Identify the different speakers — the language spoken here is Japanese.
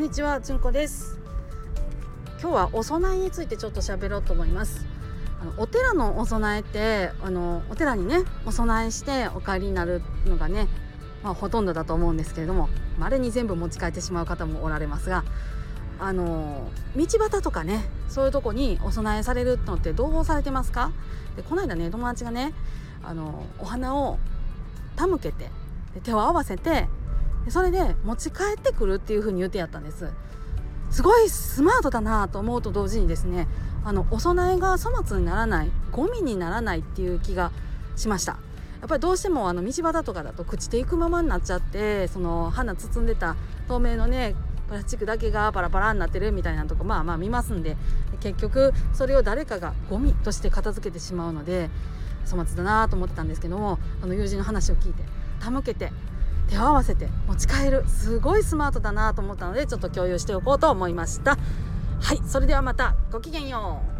Speaker 1: にちは、じゅんこです。今日はお供えについてちょっと喋ろうと思います。お寺のお供えってお寺にねお供えしてお帰りになるのがね、ほとんどだと思うんですけれども、稀に全部持ち帰ってしまう方もおられますが、道端とかね、そういうとこにお供えされるのってどうされてますか？でこの間ね、友達がねお花を手向けて手を合わせて、それで持ち帰ってくるっていう風に言ってやったんです。すごいスマートだなと思うと同時にですね、お供えが粗末にならない、ゴミにならないっていう気がしました。やっぱりどうしても道端とかだと朽ちていくままになっちゃって、その花包んでた透明のねプラスチックだけがパラパラになってるみたいなとこ見ますんで、結局それを誰かがゴミとして片付けてしまうので粗末だなと思ってたんですけども、友人の話を聞いて手向けて手を合わせて持ち帰る、すごいスマートだなと思ったので、ちょっと共有しておこうと思いました。はい、それではまた、ごきげんよう。